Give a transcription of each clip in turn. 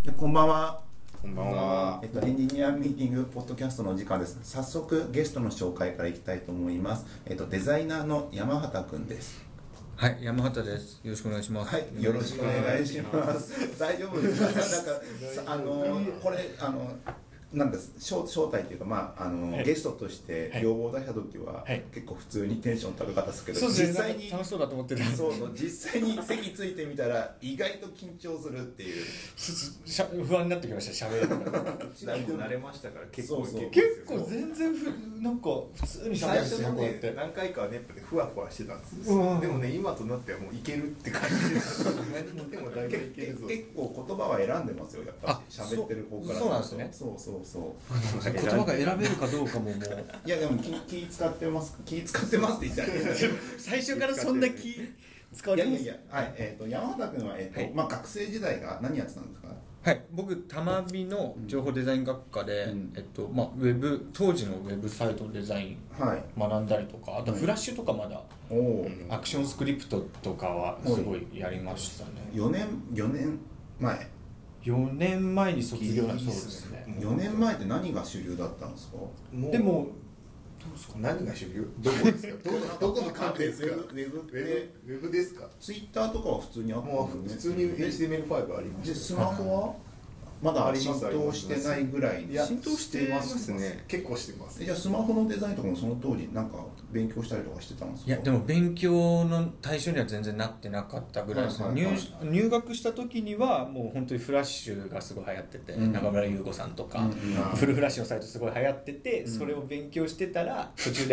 こんばんは。 こんばんは。 エンジニアミーティングポッドキャストのお時間です。早速ゲストの紹介からいきたいと思います。デザイナーの山畑くんです。 はい、山畑です。よろしくお願いします。 はい、よろしくお願いします。大丈夫ですか？なんかこれなんです招待というか、ゲストとして要望を出した時は、結構普通にテンション高かったですけど、 実際に楽しそうだと思ってた。 実際に席ついてみたら意外と緊張するっていう不安になってきました。喋るのがだいぶ慣れましたから結構全然なんか普通に喋るんですよ。こうやって何回かはネットでふわふわしてたんです。でもね、今となってはもういけるって感じです。何でもだいぶいけるぞ。 結構言葉は選んんでますよ、やっぱり喋ってる方から。 そうなんですね。 そう言葉が選べるかどうかももういやでも気使ってますって言ったら最初からそんな気使われてます。 はい、山畑君は学生時代が何やってたんですか？ はい、僕玉美の情報デザイン学科で、ウェブ当時のウェブサイトのデザイン学んだりとか、あとフラッシュとかまだアクションスクリプトとかはすごいやりましたね。 4年前 4年前に卒業なんです。そうですね。 4年前って何が主流だったんですか？ でもどうですか？何が主流？どこですか？どこの関係ですか？ウェブですか？ ツイッターとかは普通にあったもう普通に HTML5 あります。 スマホはまだ浸透してないぐらい。 浸透してますね。結構してます。 じゃあスマホのデザインとかもその当時なんか勉強したりとかしてたんですか？ いやでも勉強の対象には全然なってなかったぐらいですね。入学した時にはもう本当にフラッシュがすごい流行ってて、中村優子さんとかフルフラッシュのサイトすごい流行ってて、それを勉強してたら途中で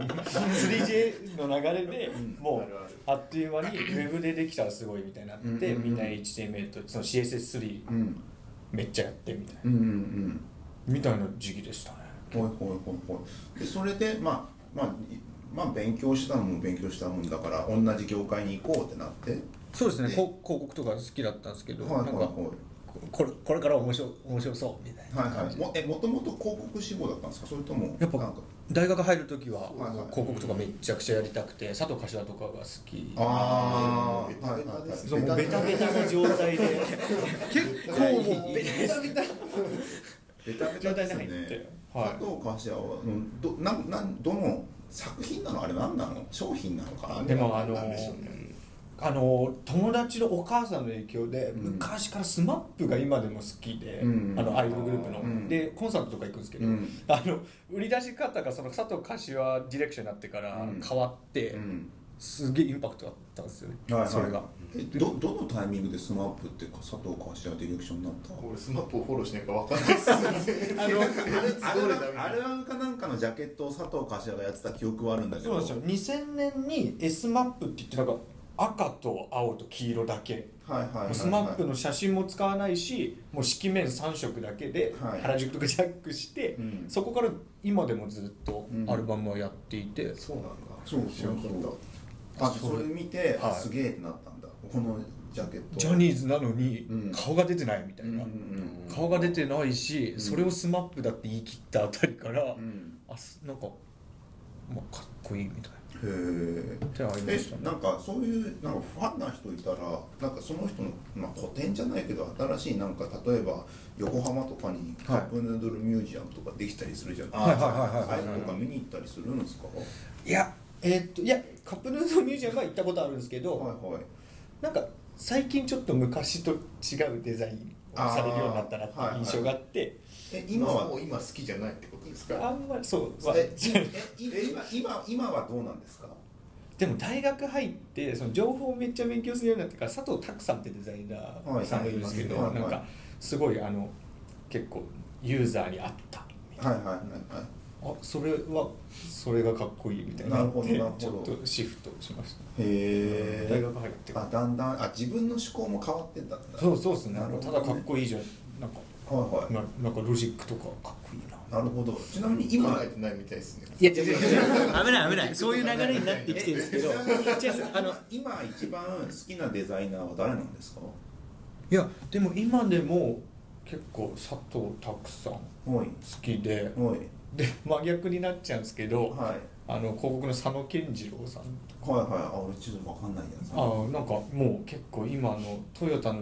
iPhone3G の流れでもうあっという間にウェブでできたらすごいみたいになって、みんな HTML とその CSS3 めっちゃやってみたいな、みたいな時期でしたね。 でそれで勉強したのも勉強したもんだから同じ業界に行こうってなって。 そうですね。広告とか好きだったんですけど、なんかこれから面白そうみたいな感じで。 もともと広告志望だったんですか？それともやっぱ大学入る時は広告とかめちゃくちゃやりたくて、佐藤柏とかが好き。そうベタベタな状態で結構もうベタベタ状態に入って、 佐藤柏はどの作品なの？あれ何なの？商品なのかな？ でも友達のお母さんの影響で、昔からスマップが今でも好きで、アイドルグループの、でコンサートとか行くんですけど、売り出し方がその佐藤柏ディレクションになってから変わって、すげえインパクトあったんですよね。それがどのタイミングでスマップっていうか佐藤柏ディレクションになった？ 俺スマップをフォローしないか分かんないですアルバムかなんかのジャケットを佐藤柏がやってた記憶はあるんだけど。 そうなんですよ。2000年に S マップって言ってなんか赤と青と黄色だけ、スマップの写真も使わないし、もう色面3色だけで原宿とかジャックして、そこから今でもずっとアルバムをやっていて、 そうなんだ。 そうそれ見てすげえってなったんだ。このジャケットジャニーズなのに顔が出てないみたいな、顔が出てないし、それをスマップだって言い切ったあたりから、なんかかっこいいみたいな。 なんかそういうなんかファンな人いたらなんかその人の、古典じゃないけど新しいなんか例えば横浜とかにカップヌードルミュージアムとかできたりするじゃないですか。あれとか見に行ったりするんですか？ いやカップヌードルミュージアムは行ったことあるんですけど、なんか最近ちょっと昔と違うデザインをされるようになったなっていう印象があって、 今はもう今好きじゃないってことですか？ あんまりそう今はどうなんですか？ でも大学入ってその情報をめっちゃ勉強するようになってから、佐藤拓さんってデザイナーさんがいるんですけど、なんかすごい結構ユーザーに合ったみたいな、それがかっこいいみたいになってちょっとシフトしました。大学入ってだんだん自分の思考も変わってんだ。 そうですね。ただかっこいいじゃん、なんかロジックとかかっこいいな。 なるほど。ちなみに今考えてないみたいですね。 いや危ないそういう流れになってきてるんですけど、 今一番好きなデザイナーは誰なんですか？ いやでも今でも結構佐藤拓さん好きで、真逆になっちゃうんですけど、広告の佐野健次郎さんとか、 俺ちょっと分かんないやつ。 なんかもう結構今のトヨタの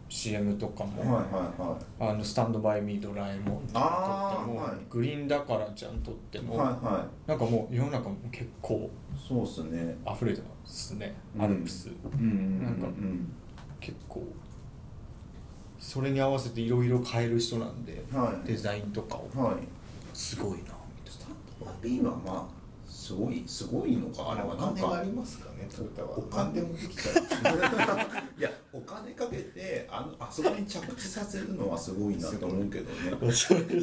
CM とかも、 はいはいはい、 スタンドバイミードラえもんとか撮っても、 はい、 グリーンだからちゃん撮っても、 はいはい、 なんかもう世の中も結構そうっすね、 溢れてますね、アルプス、なんか結構それに合わせていろいろ変える人なんで、はい、デザインとかを、はい、すごいな。 スタンドバイビーはまあすごいのか、あれはなんかお金がありますかね、トヨタは。 お金でもできちゃういや、お金かけてあそこに着地させるのはすごいなと思うけどねそうです、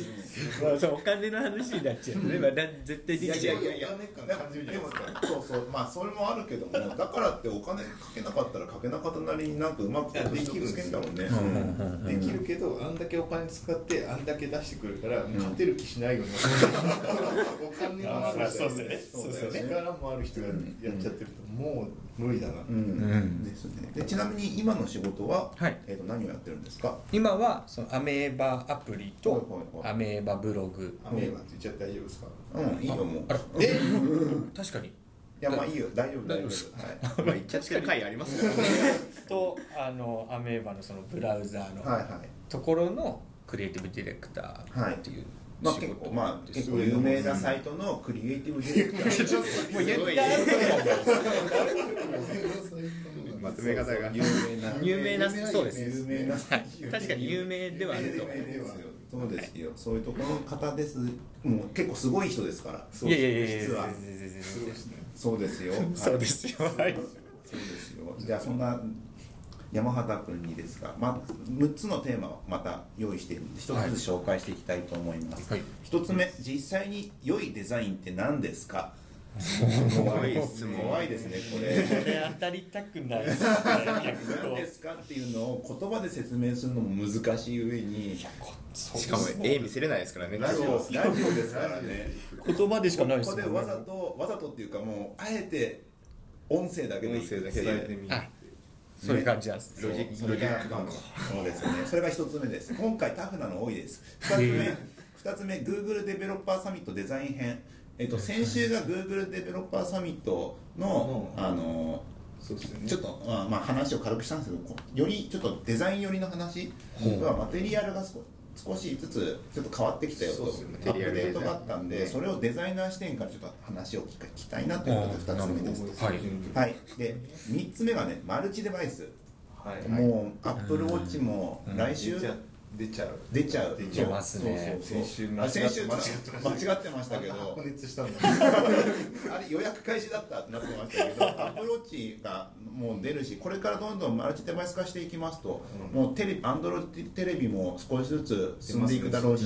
まあ、そうお金の話になっちゃうね、まあ、絶対できちゃう。 いやでもそうまあそれもあるけども、だからってお金かけなかったらかけなかったなりになんかうまくできるんですよね。 できるけど、あんだけお金使ってあんだけ出してくるから勝てる気しないよね。お金があるそうですね。 力もある人がやっちゃってるともう無理だな。 ですね。でちなみに今の仕事は、はい、何をやってるんですか？ 今はそのアメーバアプリとアメーバブログ。 アメーバって言っちゃって大丈夫ですか？ うん、いいよもう。 確かに。 いやまあいいよ、大丈夫大丈夫。 まあ言っちゃってる回ありますからね。 とアメーバのそのブラウザーのところのクリエイティブディレクターっていう。 まあ結構有名なサイトのクリエイティブディレクター。 もう言ったまとめ方が有名なそうです。 有名な確かに有名ではあると思います。 そうですよ。そういうところの方です。もう結構すごい人ですから。 いや実はそうですよ。 そうですよ。はい。 そうですよ。じゃあそんな山畑君にですが、6つのテーマをまた用意しているので1つずつ紹介していきたいと思います。1つ目、実際に良いデザインって何ですか？怖いですね、これ。 これ当たりたくないですね。 何ですかっていうのを言葉で説明するのも難しい上に、 しかも絵見せれないですからね。 ラジオですからね。 言葉でしかないですここでわざとっていうかもうあえて音声だけで伝えてみる。 そういう感じなんです。 ロジックそうですね。それが1つ目です。今回タフなの多いです。2つ目 Google デベロッパーサミットデザイン編。先週が Google デベロッパーサミットのちょっと話を軽くしたんですけど、よりちょっとデザイン寄りの話はマテリアルが少しずつちょっと変わってきたよとアップデートがあったんで、それをデザイナー視点からちょっと話を聞きたいなということで2つ目です。はい。で3つ目がね、マルチデバイス。もう Apple Watch も来週出ちゃう出ますね。 先週間違ってましたけど、 白熱したんだあれ予約開始だったってなってましたけど、アップルウォッチがもう出るし、これからどんどんマルチデバイス化していきますと、もうAndroidテレビも少しずつ進んでいくだろうし、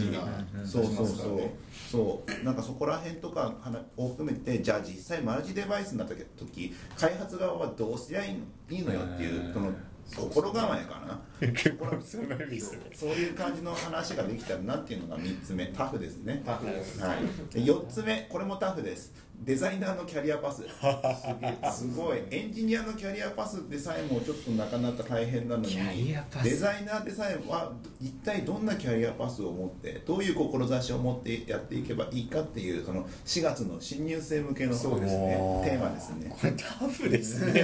そうなんかそこら辺とかを含めて、じゃあ実際マルチデバイスになった時、開発側はどうすりゃいいのよっていうその心構えかな。そういう感じの話ができたらなっていうのが3つ目、タフですね。はい。4つ目、これもタフです。デザイナーのキャリアパス。すごい。エンジニアのキャリアパスでさえもちょっとなかなか大変なのに、デザイナーでさえは一体どんなキャリアパスを持ってどういう志を持ってやっていけばいいかっていう、その4月の新入生向けのそうですね、テーマですね。 これタフですね。はい。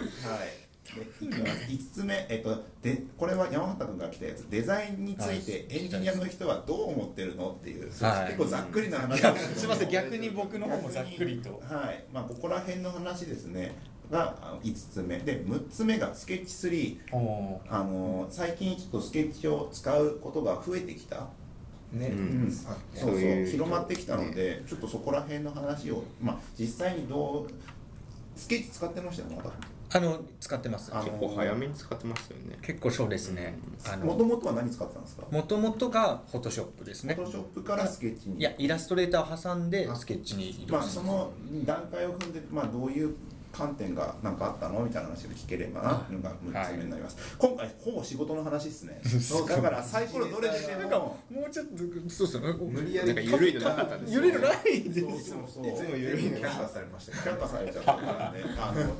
5つ目、でこれは山形君が来たやつ、デザインについてエンジニアの人はどう思ってるのっていう、結構ざっくりな話です。 すみません、逆に僕の方もざっくりと。 はい、ここら辺の話ですねが5つ目で、6つ目がスケッチ3。最近ちょっとスケッチを使うことが増えてきた。そう広まってきたので、ちょっとそこら辺の話を、実際にスケッチ使ってましたよね。 使ってます。 結構早めに使ってますよね。 結構そうですね。 もともとは何使ってたんですか？ もともとがフォトショップですね。 フォトショップからスケッチに。 いや、イラストレーターを挟んでスケッチに移動します。 その段階を踏んで、どういう観点が何かあったのみたいな話を聞ければなっていうのが6つ目になります。今回ほぼ仕事の話ですね。だからサイコロどれ出てももうちょっとそうですね。 無理やり緩いのなかったんですよ。 緩いのないんです。いつも緩いのキャンパされました。キャンパされちゃったからね。